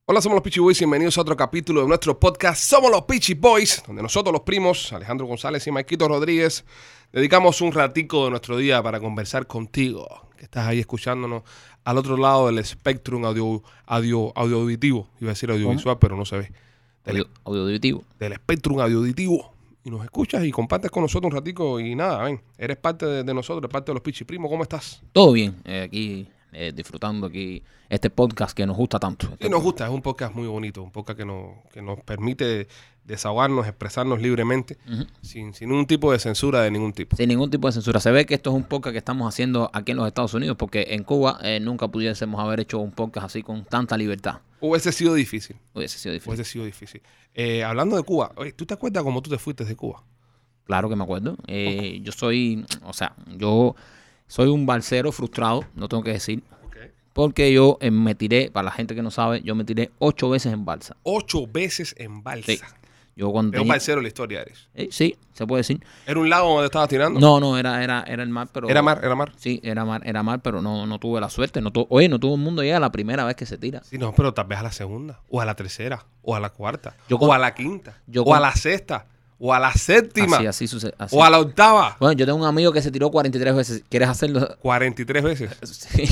Hola, somos los Peachy Boys y bienvenidos a otro capítulo de nuestro podcast Somos los Peachy Boys, donde nosotros los primos, Alejandro González y Maikito Rodríguez, dedicamos un ratico de nuestro día para conversar contigo, que estás ahí escuchándonos al otro lado del espectrum auditivo. Iba a decir audiovisual, pero no se ve. Auditivo. Del espectrum auditivo. Y nos escuchas y compartes con nosotros un ratico y nada, ven, eres parte de nosotros, eres parte de los Peachy Primos. ¿Cómo estás? Todo bien. Aquí disfrutando aquí este podcast que nos gusta tanto. Sí, nos gusta, es un podcast muy bonito, un podcast que nos permite desahogarnos, expresarnos libremente, sin ningún tipo de censura de ningún tipo. Sin ningún tipo de censura. Se ve que esto es un podcast que estamos haciendo aquí en los Estados Unidos, porque en Cuba nunca pudiésemos haber hecho un podcast así con tanta libertad. Hubiese sido difícil. Hubiese sido difícil. Hablando de Cuba, oye, ¿tú te acuerdas cómo tú te fuiste de Cuba? Claro que me acuerdo. Yo soy un balsero frustrado, no tengo que decir. Porque yo me tiré, para la gente que no sabe, yo me tiré 8 veces en balsa. 8 veces en balsa. Sí. Yo cuando Es un balsero en la historia eres. Sí, se puede decir. ¿Era un lago donde estabas tirando? No, era el mar, pero... ¿Era mar? Sí, era mar, pero no tuve la suerte. No todo el mundo llega a la primera vez que se tira. Sí, no, pero tal vez a la segunda, o a la tercera, o a la cuarta, a la quinta, a la sexta, o a la séptima, así sucede. Así. O a la octava. Bueno, yo tengo un amigo que se tiró 43 veces. ¿Quieres hacerlo? 43 veces. Sí,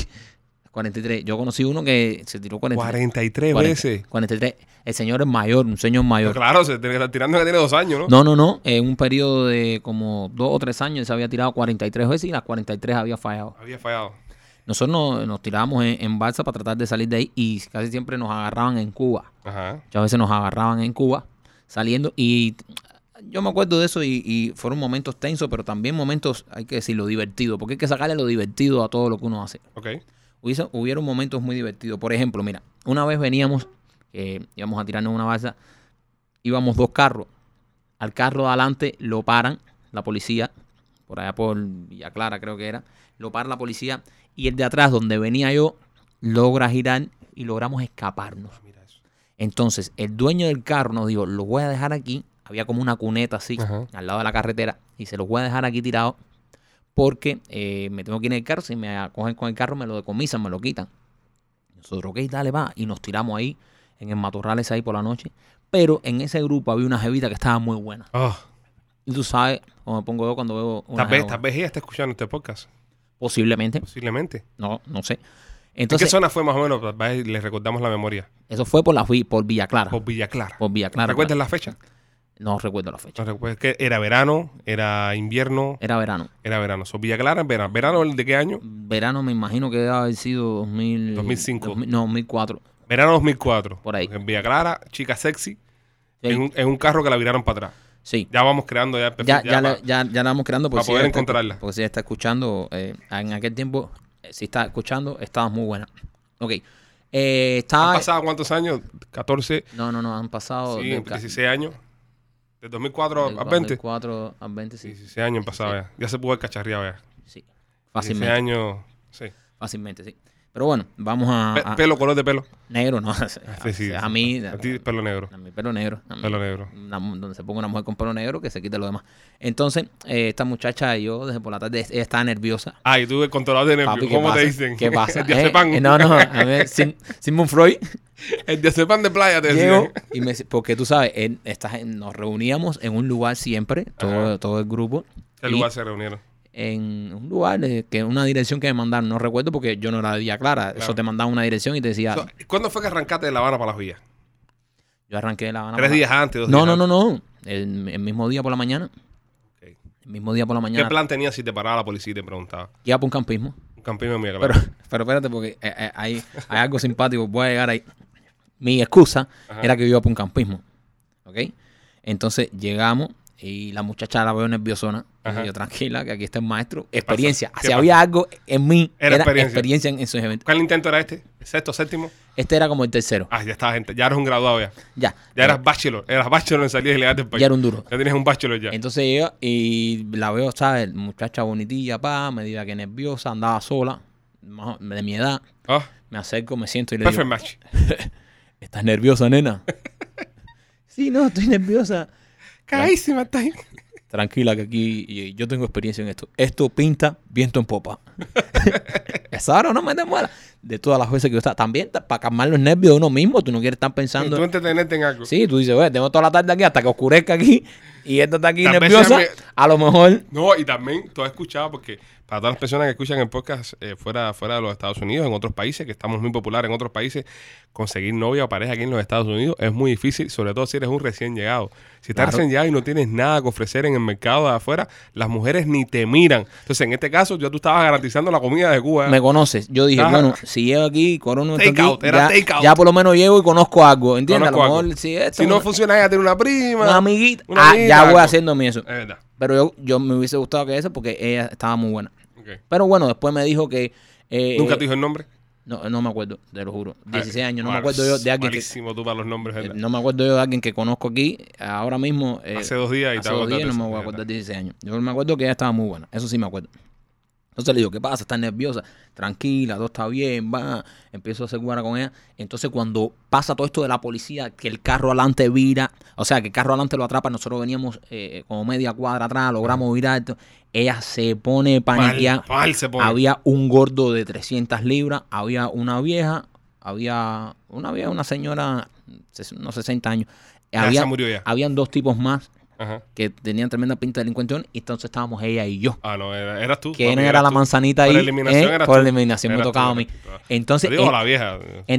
43. Yo conocí uno que se tiró 43 veces. 43. El señor es mayor, un señor mayor. Pero claro, se está tirando que tiene 2 años, ¿no? No. En un periodo de como 2 o 3 años se había tirado 43 veces y las 43 había fallado. Nosotros nos tirábamos en balsa para tratar de salir de ahí y casi siempre nos agarraban en Cuba. Ajá. Muchas veces nos agarraban en Cuba saliendo y yo me acuerdo de eso y fueron momentos tensos, pero también momentos, hay que decirlo, divertidos, porque hay que sacarle lo divertido a todo lo que uno hace. Okay. Hubieron momentos muy divertidos. Por ejemplo, mira, una vez veníamos, íbamos a tirarnos una balsa, íbamos 2 carros. Al carro de adelante lo paran la policía, por allá por Villa Clara creo que era, lo para la policía y el de atrás, donde venía yo, logra girar y logramos escaparnos. Mira eso. Entonces, el dueño del carro nos dijo, lo voy a dejar aquí. Había como una cuneta así, al lado de la carretera, y se los voy a dejar aquí tirado porque me tengo que ir en el carro. Si me cogen con el carro, me lo decomisan, me lo quitan. Nosotros, ok, dale, va. Y nos tiramos ahí, en el matorral ese ahí por la noche. Pero en ese grupo había una jevita que estaba muy buena. Oh. Y tú sabes cómo me pongo yo cuando veo una Tal vez ella está escuchando este podcast. Posiblemente. No sé. Entonces, ¿en qué zona fue más o menos? Tal vez le recordamos la memoria. Eso fue por Villa Clara. Por Villa Clara. ¿Recuerdas la fecha? No recuerdo la fecha. No recuerdo. ¿Que era verano? ¿Era invierno? Era verano. Villa Clara en verano. ¿Verano de qué año? Verano me imagino que debe haber sido 2005. 2004. Verano 2004. Por ahí. En Villa Clara, chica sexy, Sí. en un carro que la viraron para atrás. Sí. Ya vamos creando ya el perfil. Ya la vamos creando para poder encontrarla. Porque si ella está escuchando, en aquel tiempo, si está escuchando, estaba muy buena. Ok. ¿Han pasado cuántos años? 14. No, han pasado... Sí, 16 años. De 2004 a 20. 2004 a 20, sí. 16 años han pasado ya. Ya se pudo haber cacharreado ya. Sí. Fácilmente. 16 años, sí. Fácilmente, sí. Pero bueno, vamos a... Color de pelo. Negro, no. Sí. A mí... A ti pelo negro. A mi pelo negro. Pelo negro. Donde se ponga una mujer con pelo negro, que se quite lo demás. Entonces, esta muchacha y yo, desde por la tarde, ella estaba nerviosa. Ah, y tú el controlador de nervios. ¿Cómo te dicen? ¿Qué pasa? El diazepam. No, a ver, Sigmund Freud. El diazepam de playa te decía. Porque tú sabes, nos reuníamos en un lugar siempre, todo el grupo. ¿Qué lugar se reunieron? En un lugar, una dirección que me mandaron, no recuerdo porque yo no era de Villa Clara. Claro. Eso te mandaban una dirección y te decía... ¿Cuándo fue que arrancaste de La Habana para Las Villas? Yo arranqué de La Habana. 3 días antes, 2 días antes. No. El mismo día por la mañana. Okay. El mismo día por la mañana. ¿Qué plan tenías si te paraba la policía y te preguntaba? Iba para un campismo. Un campismo en Villa Clara. Pero espérate, porque hay algo simpático. Voy a llegar ahí. Mi excusa era que yo iba para un campismo. ¿Ok? Entonces llegamos y la muchacha la veo nerviosona. Y yo, tranquila, que aquí está el maestro. Experiencia. Si había algo en mí, era experiencia en esos eventos. ¿Cuál intento era este? ¿Sexto, séptimo? Este era como el tercero. Ah, ya estaba gente. Ya eras un graduado ya. Ya eras bachelor. Eras bachelor en salida ilegal del país. Ya era un duro. Ya tenías un bachelor ya. Entonces yo y la veo, ¿sabes? Muchacha bonitilla, me diga que nerviosa, andaba sola, de mi edad. Me acerco, me siento y le digo... match. ¿Estás nerviosa, nena? Sí, no, estoy nerviosa. Caísima, está ahí. Tranquila, que aquí yo tengo experiencia en esto. Esto pinta viento en popa. ¿Es ahora o no me demuela? de todas las veces que yo estaba. También para calmar los nervios de uno mismo, tú no quieres estar pensando. Tú entretenerte en algo. Sí, tú dices, güey, tengo toda la tarde aquí hasta que oscurezca aquí y esta está aquí Tal vez nerviosa. sea A lo mejor. No, y también tú has escuchado, porque para todas las personas que escuchan el podcast fuera de los Estados Unidos, en otros países, que estamos muy populares en otros países, conseguir novia o pareja aquí en los Estados Unidos es muy difícil, sobre todo si eres un recién llegado. Si estás Claro. recién llegado y no tienes nada que ofrecer en el mercado de afuera, las mujeres ni te miran. Entonces, en este caso, ya tú estabas garantizando la comida de Cuba. Me conoces. Yo dije, Ajá. bueno, si llego aquí, corono esto Take out, aquí, era ya, take out. ya por lo menos llego y conozco algo, ¿entiendes? Conozco A lo mejor, algo. si esto Si es no una- funciona, ella tiene una prima. una amiguita, una amiga, ya voy algo. haciéndome eso. Es verdad. Pero yo me hubiese gustado que eso porque ella estaba muy buena. Ok. Pero bueno, después me dijo que... ¿Nunca te dijo el nombre? No me acuerdo, te lo juro. 16 años, no me Bueno, acuerdo yo de alguien que... malísimo tú para los nombres, ¿verdad? No me acuerdo yo de alguien que conozco aquí ahora mismo. Hace 2 días y hace te 2 acuerdas días de no me eso, voy a ¿verdad? acordar de 16 años. Yo me acuerdo que ella estaba muy buena, eso sí me acuerdo. Entonces le digo, ¿qué pasa? ¿Estás nerviosa? Tranquila, todo está bien, va. Empiezo a hacer guara con ella. Entonces cuando pasa todo esto de la policía, que el carro adelante vira, o sea, que el carro adelante lo atrapa, nosotros veníamos como media cuadra atrás, logramos virar. Ella se pone paniqueada. Mal se pone. Había un gordo de 300 libras, había una vieja, una señora, no 60 años. Ya se murió ya. Habían 2 tipos más Ajá. que tenían tremenda pinta de delincuentes y entonces estábamos ella y yo. Ah, no, eras tú. ¿Quién papi, era eras la tú. manzanita Por ahí? eliminación eras Por tú. eliminación me Eras tú, tocaba a mí. eras tú. Entonces, Te digo, la vieja.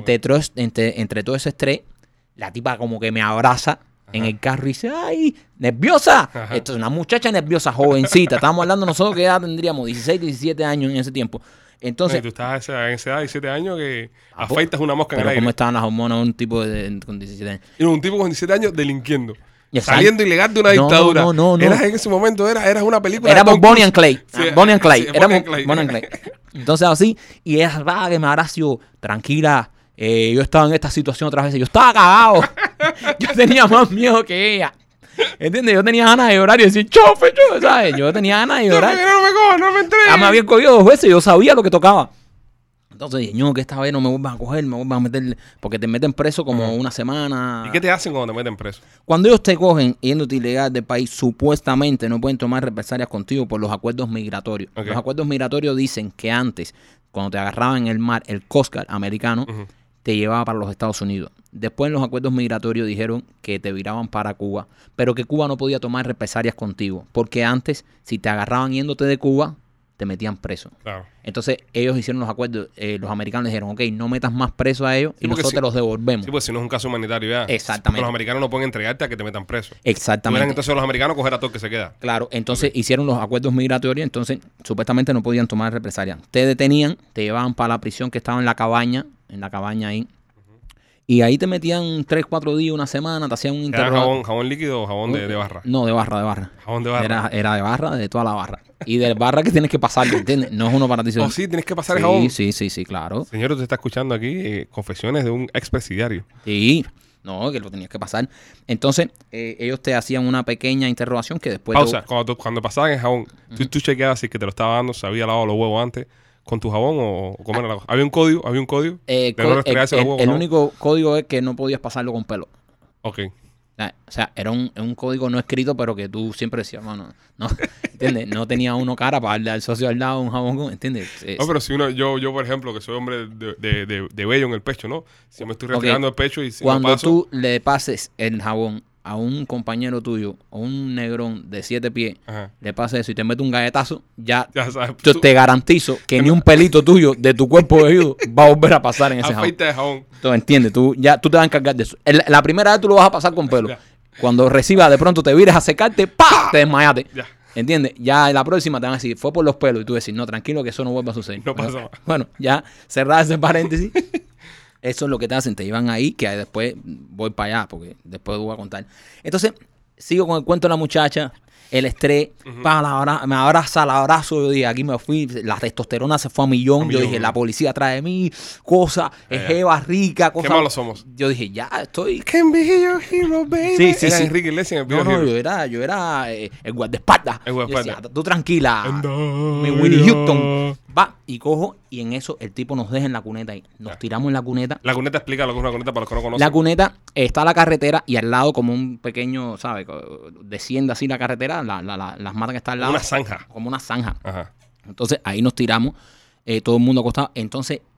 entre todo ese estrés, la tipa como que me abraza en el carro y dice, ¡ay, nerviosa! Ajá. Esto es una muchacha nerviosa, jovencita. Estábamos hablando nosotros que ya tendríamos 16, 17 años en ese tiempo. Entonces, Entonces, tú estás en esa edad de 17 años que pues, afeitas una mosca en el pero aire. ¿cómo estaban las hormonas de un tipo con 17 años? Y un tipo con 17 años delinquiendo. Exacto. Saliendo ilegal de una No, dictadura. no. Eras en ese momento, eras una película. Éramos de Tom Bonnie Cruise. and Clyde. Sí, Bonnie and Clyde. sí, Éramos Bonnie and Clyde. Bonnie and Clyde. Entonces así, y ella va que me abraza y yo, tranquila, yo estaba en esta situación otras veces, yo estaba cagado. Yo tenía más miedo que ella. ¿Entiendes? Yo tenía ganas de llorar y decir, chofe, ¿sabes? Yo tenía ganas de No, llorar. que no me cojas, no me entregues. Ya me habían cogido 2 veces, yo sabía lo que tocaba. Entonces dije, no, que esta vez no me vuelvan a coger, me vuelvan a meter, porque te meten preso como una semana. ¿Y qué te hacen cuando te meten preso? Cuando ellos te cogen yéndote ilegal del país, supuestamente no pueden tomar represalias contigo por los acuerdos migratorios. Ok. Los acuerdos migratorios dicen que antes, cuando te agarraban en el mar, el Coast Guard americano Ujú. te llevaba para los Estados Unidos. Después en los acuerdos migratorios dijeron que te viraban para Cuba, pero que Cuba no podía tomar represalias contigo, porque antes, si te agarraban yéndote de Cuba, te metían preso. Claro. Entonces ellos hicieron los acuerdos, los americanos dijeron, ok, no metas más presos a ellos Sí, y porque nosotros si- te los devolvemos. Sí, pues si no es un caso humanitario ya. Exactamente. Porque los americanos no pueden entregarte a que te metan preso. Tuvieran Exactamente. entonces los americanos coger a todo el que se queda. Claro, entonces hicieron los acuerdos migratorios, entonces supuestamente no podían tomar represalias. Te detenían, te llevaban para la prisión que estaba en la cabaña ahí. Y ahí te metían 3, 4 días, una semana, te hacían un ¿Era interrogatorio. jabón líquido o jabón de barra? No, de barra. Jabón de barra. Era de barra, de toda la barra. Y de barra que tienes que pasar, ¿entiendes? No es uno para ti solo. Oh, sí, tienes que pasar el jabón. Sí, claro. Señor, usted está escuchando aquí confesiones de un expresidiario. Sí, no, que lo tenías que pasar. Entonces, ellos te hacían una pequeña interrogación que después... Pausa. Cuando pasaban el jabón, tú chequeabas si que te lo estaba dando, se había lavado los huevos antes con tu jabón o cómo era la cosa. Había un código de no restregarse los huevos. el ¿no? único código es que no podías pasarlo con pelo. Ok. O sea, era un código no escrito, pero que tú siempre decías, mano, no, ¿entiendes? No tenía uno cara para darle al socio al lado un jabón, ¿entiendes? No, pero si yo por ejemplo, que soy hombre de vello en el pecho, ¿no? Si me estoy restregando el pecho y si Cuando no paso, tú le pases el jabón a un compañero tuyo o un negrón de 7 pies, Ajá. le pases eso y te mete un galletazo, ya sabes, yo te garantizo que ni un pelito tuyo de tu cuerpo velludo va a volver a pasar en ese jabón. afeita de jabón. ¿Tú entiendes? Tú te vas a encargar de eso. La primera vez tú lo vas a pasar con pelo. Ya. Cuando recibas, de pronto te vires a secarte, ¡pa! Te desmayaste. Ya. ¿Entiendes? Ya en la próxima te van a decir, fue por los pelos. Y tú decís, no, tranquilo, que eso no vuelva a suceder. No pasa más. Bueno, ya cerrada ese paréntesis. Eso es lo que te hacen. Te llevan ahí, que después voy para allá, porque después voy a contar. Entonces, sigo con el cuento de la muchacha. El estrés, me abraza, la abrazo. Yo dije, aquí me fui. La testosterona se fue a millón. Yo dije, la policía atrás de mí, cosas, jeva rica, cosas. Qué malos somos. Yo dije, ya estoy. Can be your hero, baby. Sí. Era Enrique Iglesias en el video No, Hero. yo era el guardaespaldas. El guardaespaldas. Yo decía, tú tranquila. And Mi Winnie Houston. Va, y cojo, y en eso el tipo nos deja en la cuneta ahí. Nos tiramos en la cuneta. La cuneta, explica lo que es una cuneta para los que no conocen. La cuneta está la carretera y al lado como un pequeño, ¿sabes? Desciende así la carretera, las matas que están al lado. Una zanja. Como una zanja. Ajá. Entonces ahí nos tiramos, todo el mundo acostado. Entonces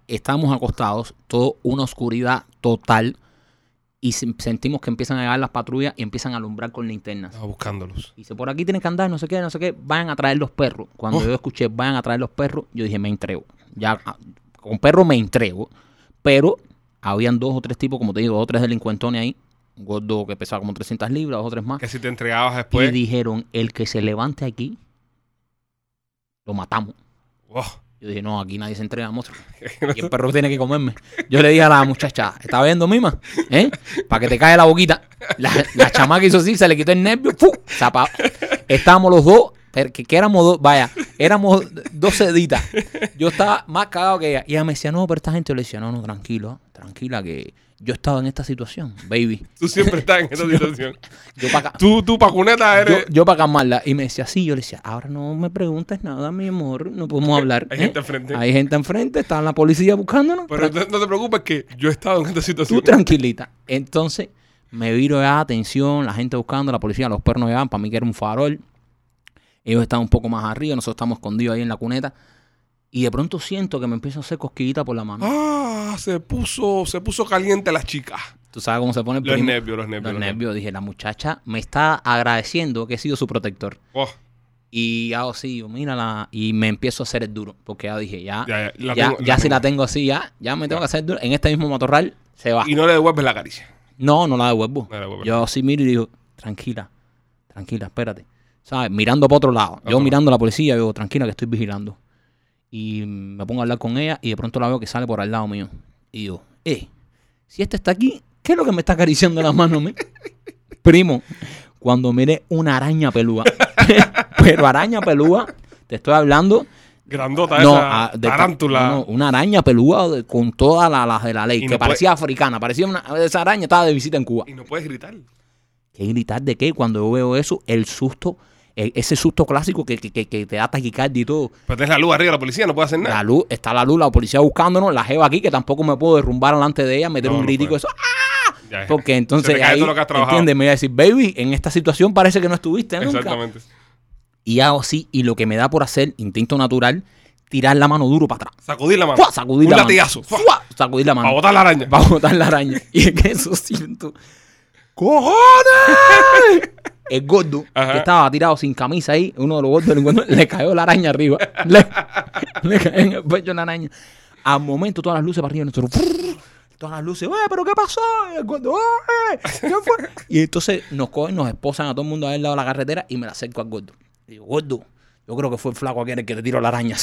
estábamos acostados, todo una oscuridad total, y sentimos que empiezan a llegar las patrullas y empiezan a alumbrar con linternas. Estaba buscándolos. Y dice, por aquí tienen que andar, no sé qué, vayan a traer los perros. Cuando yo escuché, vayan a traer los perros, yo dije, me entrego. Ya, con perro me entrego. Pero habían 2 o 3 tipos, como te digo, 2 o 3 delincuentones ahí. Un gordo que pesaba como 300 libras, 2 o 3 más. Que si te entregabas después. Y dijeron, el que se levante aquí, lo matamos. Wow. Yo dije, no, aquí nadie se entrega, monstruo. Y el perro tiene que comerme. Yo le dije a la muchacha, ¿está viendo, mima? Para que te caiga la boquita. La chamaca hizo así, se le quitó el nervio. Estábamos los dos, que éramos dos, vaya, éramos 2 seditas. Yo estaba más cagado que ella. Y ella me decía, no, pero esta gente, yo le decía, no, tranquila, que yo estaba en esta situación, baby. Tú siempre estás en esta situación. Yo para Tú pa' cuneta eres. Yo para calmarla. Y me decía, sí, yo le decía, ahora no me preguntes nada, mi amor, no podemos hablar. Hay gente enfrente. Hay gente enfrente, está la policía buscándonos. Pero no te preocupes que yo he estado en esta situación. Tú tranquilita. Entonces, me viro ya, atención, la gente buscando, la policía, los perros no llegaban, para mí que era un farol. Ellos estaban un poco más arriba, nosotros estamos escondidos ahí en la cuneta. Y de pronto siento que me empieza a hacer cosquillita por la mano. Se puso caliente la chica. ¿Tú sabes cómo se pone el Los primo? nervios. Los nervios. Dije, la muchacha me está agradeciendo que he sido su protector. Oh. Y hago así, yo, mírala. Y me empiezo a hacer el duro. Porque ya dije, ya si la tengo así, ya me tengo que hacer el duro. En este mismo matorral se va. Y no le devuelves la caricia. No la devuelvo. Yo así miro y digo, tranquila, espérate. ¿Sabes? Mirando para otro lado. Yo mirando a la policía, digo, tranquila que estoy vigilando. Y me pongo a hablar con ella y de pronto la veo que sale por al lado mío. Y digo, si este está aquí, ¿qué es lo que me está acariciando la mano a mí? Primo, cuando miré una araña pelúa. Pero araña pelúa, te estoy hablando. Grandota esa tarántula. No, una araña pelúa con todas las de la ley. Que parecía africana. Parecía esa araña estaba de visita en Cuba. Y no puedes gritar. ¿Qué gritar de qué? Cuando yo veo eso, el susto. Ese susto clásico que te da taquicardia y todo. Pero tienes la luz arriba de la policía, no puede hacer nada. Está la luz, la policía buscándonos, la jeva aquí, que tampoco me puedo derrumbar delante de ella, meter un gritico eso. ¡Ah! Ya. Porque entonces ahí, ¿entiendes? Me voy a decir, baby, en esta situación parece que no estuviste nunca. Exactamente. Y hago así, y lo que me da por hacer, instinto natural, tirar la mano duro para atrás. Sacudir la mano. Sacudir la latigazo. Mano. Sacudir la mano. Para botar la araña. Para botar la araña. Y es que eso siento. ¡Cojones! El gordo, que estaba tirado sin camisa ahí, uno de los gordos delincuentes, le cayó la araña arriba. Le cayó en el pecho la araña. Al momento, todas las luces para arriba. Nosotros, todas las luces, ¿pero qué pasó? Y el gordo, ¿qué fue? Y entonces nos cogen, nos esposan a todo el mundo al lado de la carretera y me la acerco al gordo. Y digo, gordo, yo creo que fue el flaco aquel el que te tiró la araña.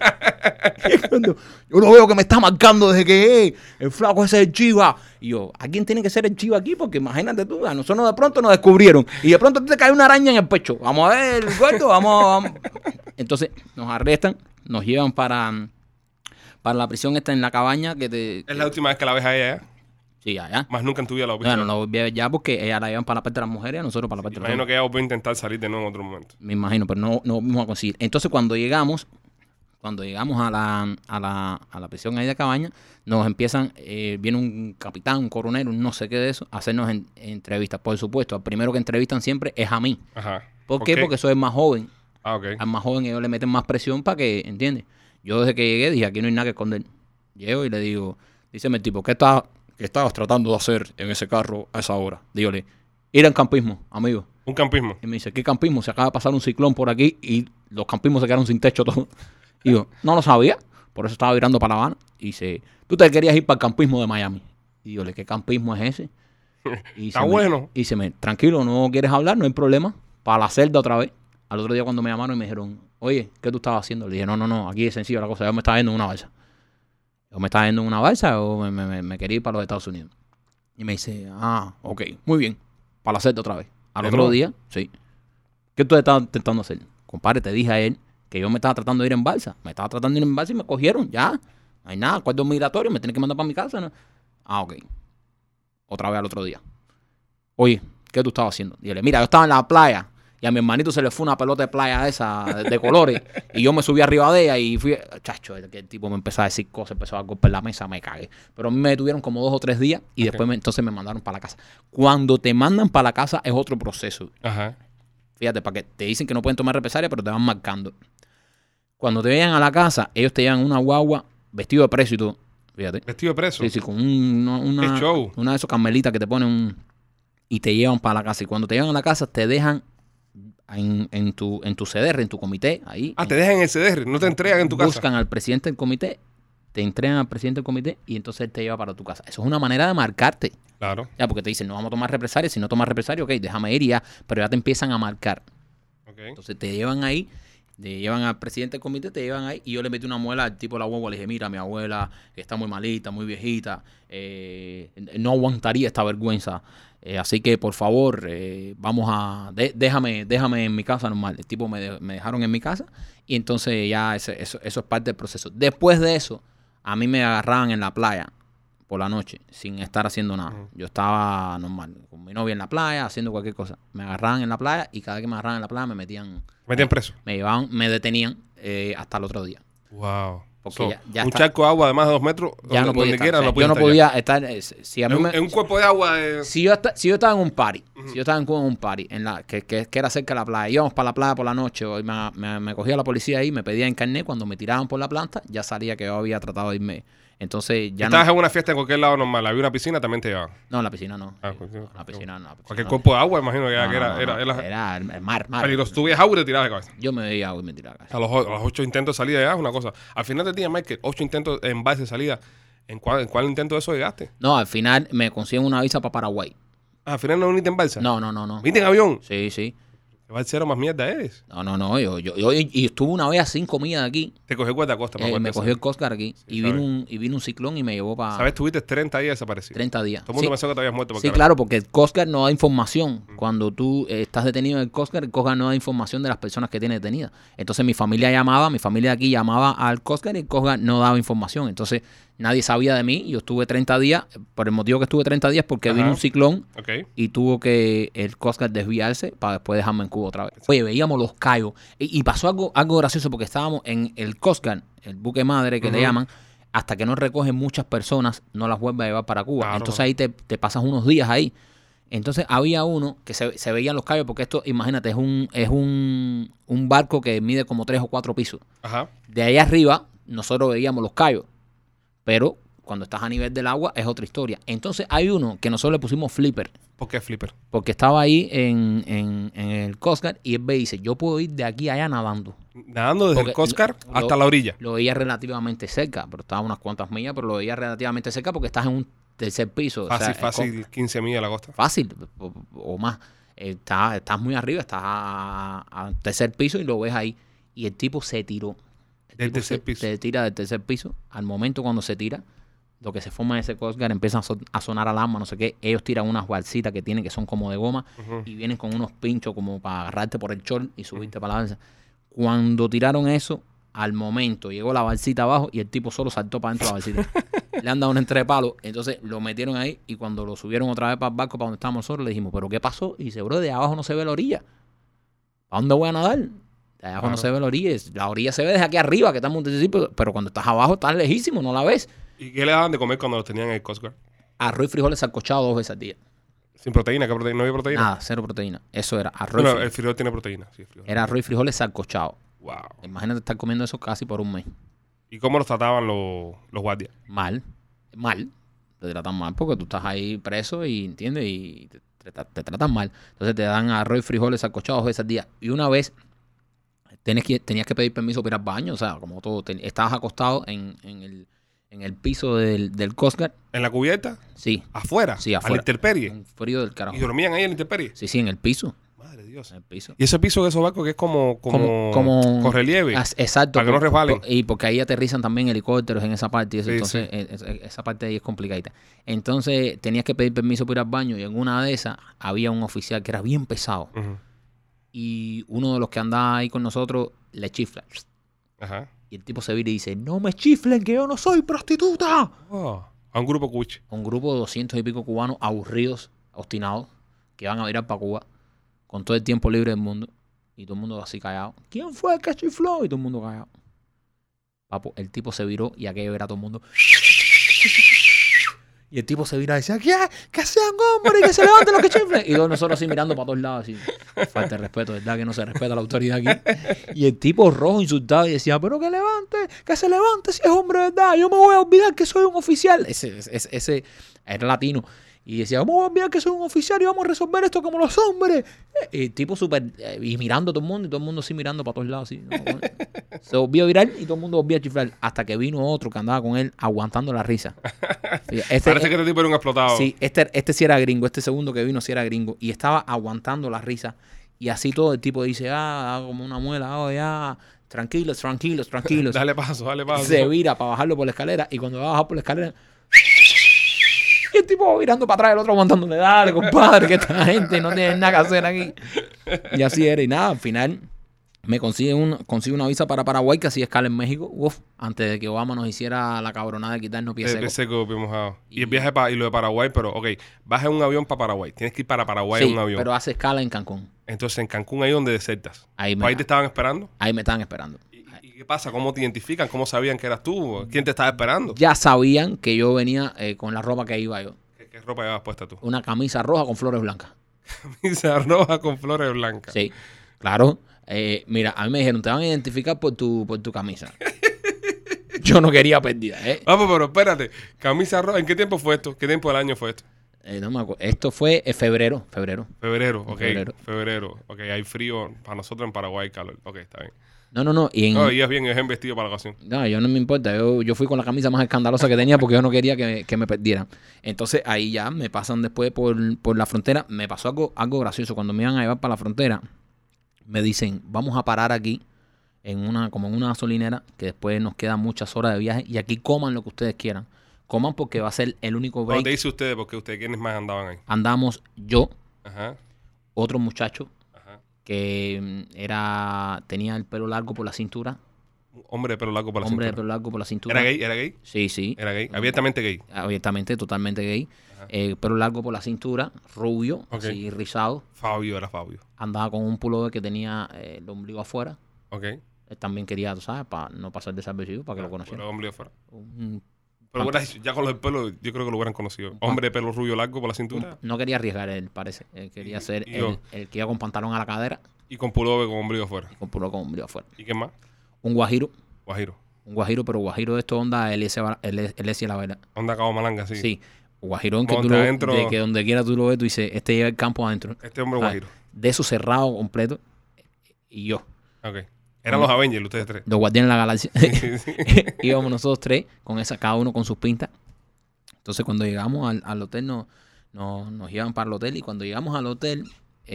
Yo lo veo que me está marcando desde que el flaco ese es el chiva. Y yo, ¿a quién tiene que ser el chiva aquí? Porque imagínate tú, a nosotros de pronto nos descubrieron. Y de pronto te cae una araña en el pecho. Vamos a ver, gordo, vamos. Entonces nos arrestan, nos llevan para la prisión esta en la cabaña. ¿Es la última vez que la ves a ella? Sí, allá. Más nunca en tu vida la volviste. Bueno, no la volví a ver ya porque ella la llevan para la parte de las mujeres y nosotros para la parte de las mujeres. Imagino que ella volvió a intentar salir de nuevo en otro momento. Me imagino, pero no vamos a conseguir. Entonces cuando llegamos a la prisión ahí de cabaña, nos empiezan, viene un capitán, un coronel, un no sé qué de eso, a hacernos entrevistas. Por supuesto, el primero que entrevistan siempre es a mí. Ajá. ¿Por qué? Porque soy el más joven. Ok. Al más joven ellos le meten más presión para que, ¿entiendes? Yo desde que llegué dije, aquí no hay nada que esconder. Llego y le digo, díceme el tipo, ¿qué estabas tratando de hacer en ese carro a esa hora? Dígale, ir en campismo, amigo. ¿Un campismo? Y me dice, ¿qué campismo? Se acaba de pasar un ciclón por aquí y los campismos se quedaron sin techo todos. Y yo, no lo sabía, por eso estaba virando para La Habana. Y dice, tú te querías ir para el campismo de Miami. Y yo, ¿qué campismo es ese? Y está bueno. Y se me, tranquilo, no quieres hablar, no hay problema. Para la celda otra vez. Al otro día cuando me llamaron y me dijeron, oye, ¿qué tú estabas haciendo? Le dije, no, aquí es sencillo la cosa. Yo me estaba yendo en una balsa. O me quería ir para los Estados Unidos. Y me dice, ok, muy bien. Para la celda otra vez. Al otro día, sí. ¿Qué tú estabas intentando hacer? Compadre, te dije a él que yo me estaba tratando de ir en balsa. Me estaba tratando de ir en balsa y me cogieron, ya. No hay nada, acuerdo migratorio, me tienen que mandar para mi casa, ¿no? Ok. Otra vez al otro día. Oye, ¿qué tú estabas haciendo? Dígale, mira, yo estaba en la playa y a mi hermanito se le fue una pelota de playa esa de colores y yo me subí arriba de ella y fui... Chacho, el tipo me empezó a decir cosas, empezó a golpear la mesa, me cagué. Pero a mí me detuvieron como 2 o 3 días y después entonces me mandaron para la casa. Cuando te mandan para la casa es otro proceso. Ajá. Fíjate, para que te dicen que no pueden tomar represalia, pero te van marcando. Cuando te vayan a la casa, ellos te llevan una guagua vestido de preso y todo. Fíjate. ¿Vestido de preso? Sí, sí, con ¿Qué show? una de esos carmelitas que te ponen y te llevan para la casa. Y cuando te llevan a la casa, te dejan en tu CDR, en tu comité. Ahí. Te dejan en el CDR, no te entregan en tu casa. Buscan al presidente del comité, te entregan al presidente del comité y entonces él te lleva para tu casa. Eso es una manera de marcarte. Claro. Ya, porque te dicen, no vamos a tomar represalias. Si no tomas represalias, ok, déjame ir y ya. Pero ya te empiezan a marcar. Okay. Entonces te llevan ahí, te llevan al presidente del comité, te llevan ahí. Y yo le metí una muela al tipo de la guagua. Le dije, mira, mi abuela está muy malita, muy viejita. No aguantaría esta vergüenza. Así que, por favor, vamos a... déjame en mi casa normal. El tipo me dejaron en mi casa. Y entonces ya eso es parte del proceso. Después de eso, a mí me agarraban en la playa por la noche sin estar haciendo nada. Yo estaba normal, con mi novia en la playa, haciendo cualquier cosa. Me agarraban en la playa y cada vez que me agarraban en la playa me metían preso. Me llevaban, me detenían hasta el otro día. Wow. Porque ya un está. charco de agua de más de 2 metros, ya no podía donde quiera, estar. no podía yo no podía estar. Si a mí en un cuerpo de agua. Si yo estaba en un party, si yo estaba en un party que era cerca de la playa, íbamos para la playa por la noche, y me cogía la policía ahí, me pedía en carnet, cuando me tiraban por la planta, ya salía que yo había tratado de irme. Entonces ya estabas en una fiesta en cualquier lado normal, había una piscina, también te llevaban. No, en la piscina no. La piscina no. Cualquier cuerpo de agua, imagino que era el mar. Peligroso. Tú veías agua y te tirabas de cabeza. Yo me veía agua y me tiraba de cabeza. A los 8 intentos de salida ya es una cosa. Al final del día, Michael, 8 intentos en base de salida. ¿En cuál intento de eso llegaste? No, al final me consiguen una visa para Paraguay. Al final no viniste en balsa. No. ¿Viniste en avión? Sí. ¿Qué balsero más mierda eres? No. Yo estuve una vez a 5 millas de aquí. Te cogió guardacosta. Me cogió el Coast Guard aquí. Sí, y vino un ciclón y me llevó para... ¿Sabes? Tuviste 30 días desaparecido. 30 días. Todo el mundo pensó que te habías muerto. Sí, claro, porque el Coast Guard no da información. Cuando tú estás detenido en el Coast Guard no da información de las personas que tiene detenidas. Entonces mi familia de aquí llamaba al Coast Guard y el Coast Guard no daba información. Entonces nadie sabía de mí. Yo estuve 30 días, por el motivo que estuve 30 días, porque vino un ciclón y tuvo que el Coast Guard desviarse para después dejarme en Cuba otra vez. Oye, veíamos los cayos y pasó algo gracioso porque estábamos en el Coast Guard, el buque madre que le llaman, hasta que no recogen muchas personas, no las vuelve a llevar para Cuba. Claro. Entonces ahí te pasas unos días ahí. Entonces había uno que se veían los cayos, porque esto, imagínate, es un barco que mide como 3 o 4 pisos. Ajá. De ahí arriba nosotros veíamos los cayos, pero cuando estás a nivel del agua es otra historia. Entonces hay uno que nosotros le pusimos Flipper. ¿Por qué Flipper? Porque estaba ahí en el Coast Guard y él me dice, yo puedo ir de aquí a allá nadando. ¿Nadando desde el Coast Guard hasta la orilla? Lo veía relativamente cerca, pero estaba a unas cuantas millas, pero lo veía relativamente cerca porque estás en un tercer piso. Fácil, 15 millas a la costa. Fácil, o más. Estás muy arriba, estás a tercer piso y lo ves ahí. Y el tipo se tiró. ¿Del tercer piso? Se tira del tercer piso. Al momento cuando se tira, lo que se forma en ese Coast Guard empieza a sonar alarma, no sé qué. Ellos tiran unas balsitas que tienen que son como de goma y vienen con unos pinchos como para agarrarte por el short y subirte para la balsa. Cuando tiraron eso, al momento llegó la balsita abajo y el tipo solo saltó para dentro de la balsita. Le han dado un entrepalo, entonces lo metieron ahí y cuando lo subieron otra vez para el barco para donde estábamos nosotros, le dijimos, ¿pero qué pasó? Y dice, bro, de abajo no se ve la orilla. ¿A dónde voy a nadar? De abajo no se ve la orilla se ve desde aquí arriba, que estamos en un pero cuando estás abajo estás lejísimo, no la ves. ¿Y qué le daban de comer cuando los tenían en el Coast Guard? Arroz y frijoles sancochados 2 veces al día. ¿Sin proteína? ¿Qué proteína? ¿No había proteína? Nada, 0 proteína. Eso era arroz. Bueno, el frijol tiene proteína. Sí, era arroz y frijoles sancochados. Wow. Imagínate estar comiendo eso casi por un mes. ¿Y cómo los trataban los guardias? Mal. Te tratan mal porque tú estás ahí preso y, ¿entiendes? Y te tratan mal. Entonces te dan arroz y frijoles sancochados 2 veces al día. Y una vez tenías que pedir permiso para ir al baño. O sea, como todo. Estabas acostado en el piso del Coast Guard. ¿En la cubierta? Sí. ¿Afuera? Sí, afuera. ¿A la intemperie? Un frío del carajo. ¿Y dormían ahí en la intemperie? Sí, en el piso. Madre de Dios. En el piso. ¿Y ese piso de esos barcos que es como con relieve? Exacto. Para que no resbalen. Y porque ahí aterrizan también helicópteros en esa parte. Y eso, sí, entonces, sí. Esa parte ahí es complicadita. Entonces, tenías que pedir permiso para ir al baño. Y en una de esas había un oficial que era bien pesado. Y uno de los que andaba ahí con nosotros le chifla. Ajá. Y el tipo se vira y dice, no me chiflen, que yo no soy prostituta. A un grupo cuchi. Un grupo de 200 y pico cubanos aburridos, obstinados, que van a virar para Cuba con todo el tiempo libre del mundo. Y todo el mundo así callado. ¿Quién fue el que chifló? Y todo el mundo callado. Papo, el tipo se viró y aquello era todo el mundo. Y el tipo se vira y decía, ¿qué? Que sean hombres y que se levanten los que chiflen. Y todos nosotros así mirando para todos lados, así. Falta de respeto, ¿verdad? Que no se respeta la autoridad aquí. Y el tipo rojo insultado y decía, pero que se levante si es hombre, ¿verdad? Yo me voy a olvidar que soy un oficial. Ese era latino. Y decía, vamos a olvidar que soy un oficial y vamos a resolver esto como los hombres. Y el tipo súper... y mirando a todo el mundo, y todo el mundo así mirando para todos lados, así. ¿No? Bueno, se volvió a virar y todo el mundo volvió a chiflar. Hasta que vino otro que andaba con él aguantando la risa. Parece que este tipo era un explotado. Sí, este sí era gringo. Este segundo que vino sí era gringo. Y estaba aguantando la risa. Y así todo el tipo dice, como una muela, ya... Tranquilos. Dale paso. Se vira para bajarlo por la escalera. Y cuando va a bajar por la escalera... Y el tipo mirando para atrás, el otro aguantándole, dale, compadre, que esta gente no tiene nada que hacer aquí. Y así era. Y nada, al final me consigue una visa para Paraguay, que así escala en México. Antes de que Obama nos hiciera la cabronada de quitarnos pie seco. Pie seco, pie mojado. Y el viaje y lo de Paraguay, pero vas en un avión para Paraguay. Tienes que ir para Paraguay en un avión. Pero hace escala en Cancún. Entonces en Cancún ahí donde desertas. Ahí te estaban esperando. Ahí me estaban esperando. ¿Y qué pasa? ¿Cómo te identifican? ¿Cómo sabían que eras tú? ¿Quién te estaba esperando? Ya sabían que yo venía con la ropa que iba yo. ¿Qué ropa llevabas puesta tú? Una camisa roja con flores blancas. Camisa roja con flores blancas. Sí, claro. Mira, a mí me dijeron, te van a identificar por tu camisa. Yo no quería pérdida, Vamos, pero espérate. Camisa roja, ¿en qué tiempo fue esto? ¿Qué tiempo del año fue esto? No me acuerdo. Esto fue febrero. Febrero. Ok, hay frío. Para nosotros en Paraguay hay calor. Ok, está bien. No. Y es bien vestido para la ocasión. No, yo no me importa. Yo fui con la camisa más escandalosa que tenía porque yo no quería que me perdieran. Entonces ahí ya me pasan después por la frontera. Me pasó algo gracioso. Cuando me iban a llevar para la frontera, me dicen, vamos a parar aquí como en una gasolinera, que después nos quedan muchas horas de viaje, y aquí coman lo que ustedes quieran. Coman porque va a ser el único break. ¿Dónde dice ustedes? Porque ustedes, ¿quiénes más andaban ahí? Andamos yo, Ajá. otro muchacho, que tenía el pelo largo por la cintura. Hombre de pelo largo por la cintura. Hombre de pelo largo por la cintura. ¿Era gay? Sí. Era gay. Abiertamente gay. Abiertamente, totalmente gay. Pelo largo por la cintura, rubio, así rizado. Era Fabio. Andaba con un pullover que tenía el ombligo afuera. Ok. Él también quería, tú sabes, para no pasar desapercibido, para que lo conocieran. El ombligo afuera. Pero ya con los pelos, yo creo que lo hubieran conocido. Hombre de pelo rubio largo por la cintura. No quería arriesgar él, parece. Él quería ser el que iba con pantalón a la cadera. Y con pullover con ombligo afuera. Y con pullover con ombligo afuera. ¿Y qué más? Un guajiro. Un guajiro, pero guajiro de esto onda el S y la verdad. Onda Cabo Malanga, sí. Sí. Guajirón de que donde quiera tú lo ves, tú dices, este lleva el campo adentro. Este hombre guajiro. De eso cerrado completo. Y yo. Ok. Eran los Avengers, ustedes tres. Los Guardianes de la Galaxia. Sí. Íbamos nosotros tres, cada uno con sus pintas. Entonces cuando llegamos al hotel, nos llevan para el hotel. Y cuando llegamos al hotel,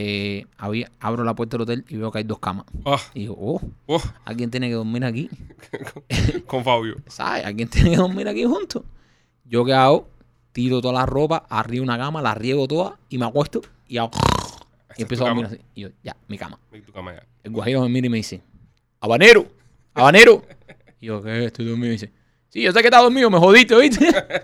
abro la puerta del hotel y veo que hay 2 camas. Y digo, ¿alguien tiene que dormir aquí? Con Fabio. ¿Sabes? ¿Alguien tiene que dormir aquí juntos? ¿Yo qué hago? Tiro toda la ropa, arriba una cama, la riego toda y me acuesto y empiezo a dormir así. Y yo, ya, mi cama. Tu cama ya. El guajiro me mira y me dice, ¡habanero! Y yo, ¿qué? Estoy dormido. Y dice, sí, yo sé que estás dormido, me jodiste, ¿oíste?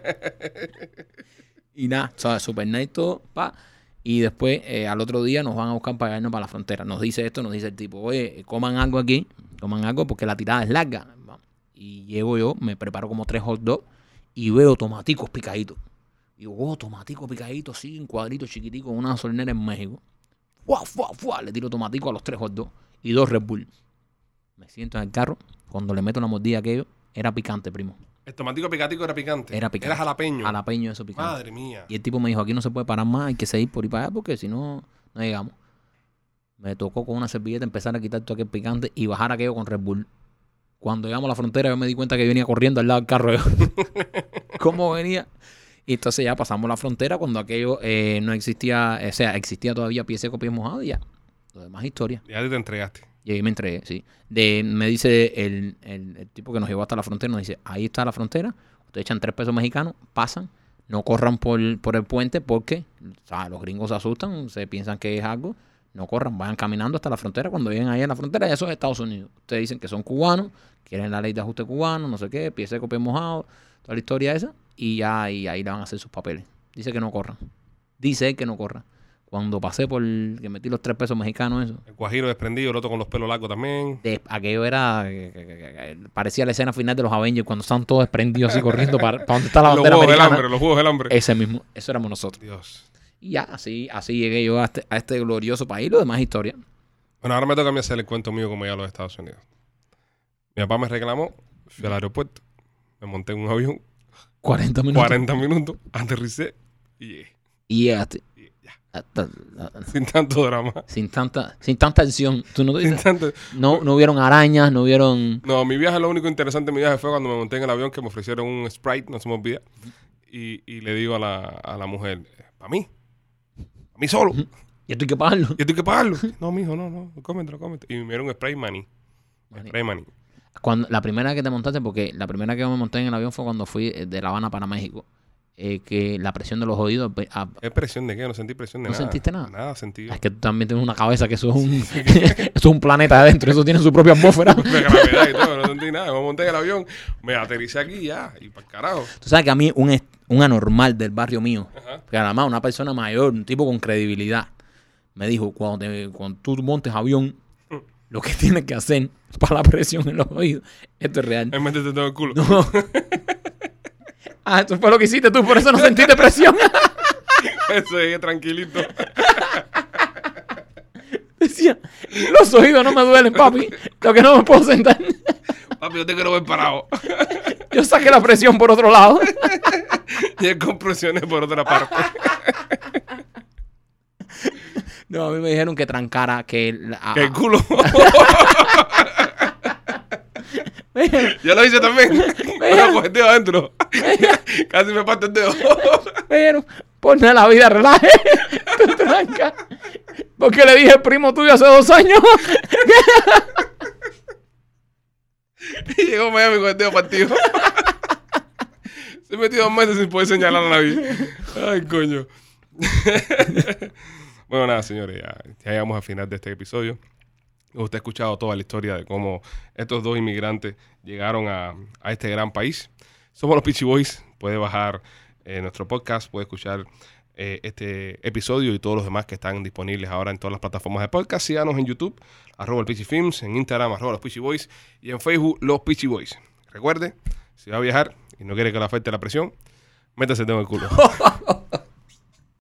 Y nada, ¿sabes? Super nice todo, pa. Y después, al otro día, nos van a buscar para irnos para la frontera. Nos dice esto, nos dice el tipo, oye, coman algo aquí, porque la tirada es larga. Y llego yo, me preparo como 3 hot dogs y veo tomaticos picaditos. Y digo, tomaticos picaditos, sí, en cuadritos chiquiticos, en una gasolinera en México. ¡Fua! Le tiro tomaticos a los 3 hot dogs y 2 Red Bull. Me siento en el carro, cuando le meto la mordida a aquello, era picante, primo. ¿El tomatico picatico era picante? Era picante. ¿Era jalapeño? Jalapeño, eso picante. Madre mía. Y el tipo me dijo, aquí no se puede parar más, hay que seguir por ahí para allá porque si no, no llegamos. Me tocó con una servilleta empezar a quitar todo aquel picante y bajar aquello con Red Bull. Cuando llegamos a la frontera yo me di cuenta que venía corriendo al lado del carro. ¿Cómo venía? Y entonces ya pasamos la frontera cuando aquello no existía, o sea, existía todavía pie seco, pie mojado y ya. Lo demás historia. Ya te entregaste. Y ahí me entregué, sí. Me dice el tipo que nos llevó hasta la frontera, nos dice, ahí está la frontera, ustedes echan 3 pesos mexicanos, pasan, no corran por el puente porque, o sea, los gringos se asustan, se piensan que es algo, no corran, vayan caminando hasta la frontera. Cuando lleguen ahí a la frontera, eso es Estados Unidos. Ustedes dicen que son cubanos, quieren la ley de ajuste cubano, no sé qué, pie seco, pie mojado, toda la historia esa, y ya y ahí le van a hacer sus papeles. Dice que no corran. Dice él que no corran. Cuando pasé por que metí los 3 pesos mexicanos, eso. El guajiro desprendido, el otro con los pelos largos también. Aquello era... parecía la escena final de los Avengers cuando estaban todos desprendidos así corriendo para donde está la bandera americana. Los juegos del hambre. Ese mismo. Eso éramos nosotros. Dios. Y ya, así llegué yo a este glorioso país. Lo demás historia. Bueno, ahora me toca a mí hacer el cuento mío como ya a los Estados Unidos. Mi papá me reclamó, fui al aeropuerto, me monté en un avión, 40 minutos. 40 minutos, aterricé y llegué. Y llegaste. Y ya. Sin tanto drama. Sin tanta acción. ¿Tú no Sin tanto... No hubieron arañas, no hubieron... No, mi viaje, lo único interesante de mi viaje fue cuando me monté en el avión que me ofrecieron un Sprite, no se me olvida. Y le digo a la mujer, ¿para mí? ¿Para mí solo? ¿Y esto hay que pagarlo? ¿Y esto hay que pagarlo? No, mijo, no, cómetelo. Y me dieron Spray Money. Spray Money. La primera que te montaste, porque la primera que yo me monté en el avión fue cuando fui de La Habana para México. Que la presión de los oídos... ¿Qué presión de qué? No sentí presión de ¿No nada. sentiste nada? Nada sentí. Es que tú también tienes una cabeza que eso es un... eso es un planeta adentro. Eso tiene su propia atmósfera. De gravedad y todo, no sentí nada. Me monté en el avión, me aterricé aquí ya, y para el carajo. Tú sabes que a mí un anormal del barrio mío, que además una persona mayor, un tipo con credibilidad, me dijo, cuando tú montes avión, lo que tienes que hacer para la presión en los oídos, esto es real. Es meterte todo el culo. No. Eso fue lo que hiciste tú, por eso no sentiste presión. Eso es tranquilito. Decía, los oídos no me duelen, papi. Lo que no me puedo sentar. Papi, yo te quiero ver parado. Yo saqué la presión por otro lado. Y él con presiones por otra parte. No, a mí me dijeron que trancara, que el culo. Yo lo hice también. Con el dedo adentro. Casi me parto el dedo. Pero, ponle la vida, relaje. Tú tranca. Porque le dije al primo tuyo hace 2 años. Y llegó a Miami con el dedo partido. Se he metido 2 meses sin poder señalar a nadie. Ay, coño. Bueno, nada, señores. Ya llegamos al final de este episodio. Usted ha escuchado toda la historia de cómo estos 2 inmigrantes llegaron a este gran país. Somos los Peachy Boys. Puede bajar nuestro podcast, puede escuchar este episodio y todos los demás que están disponibles ahora en todas las plataformas de podcast. Síganos en YouTube, @LosPeachyFilms, en Instagram, @LosPeachyBoys y en Facebook, Los Peachy Boys. Recuerde, si va a viajar y no quiere que le afecte la presión, métase el dedo en el culo.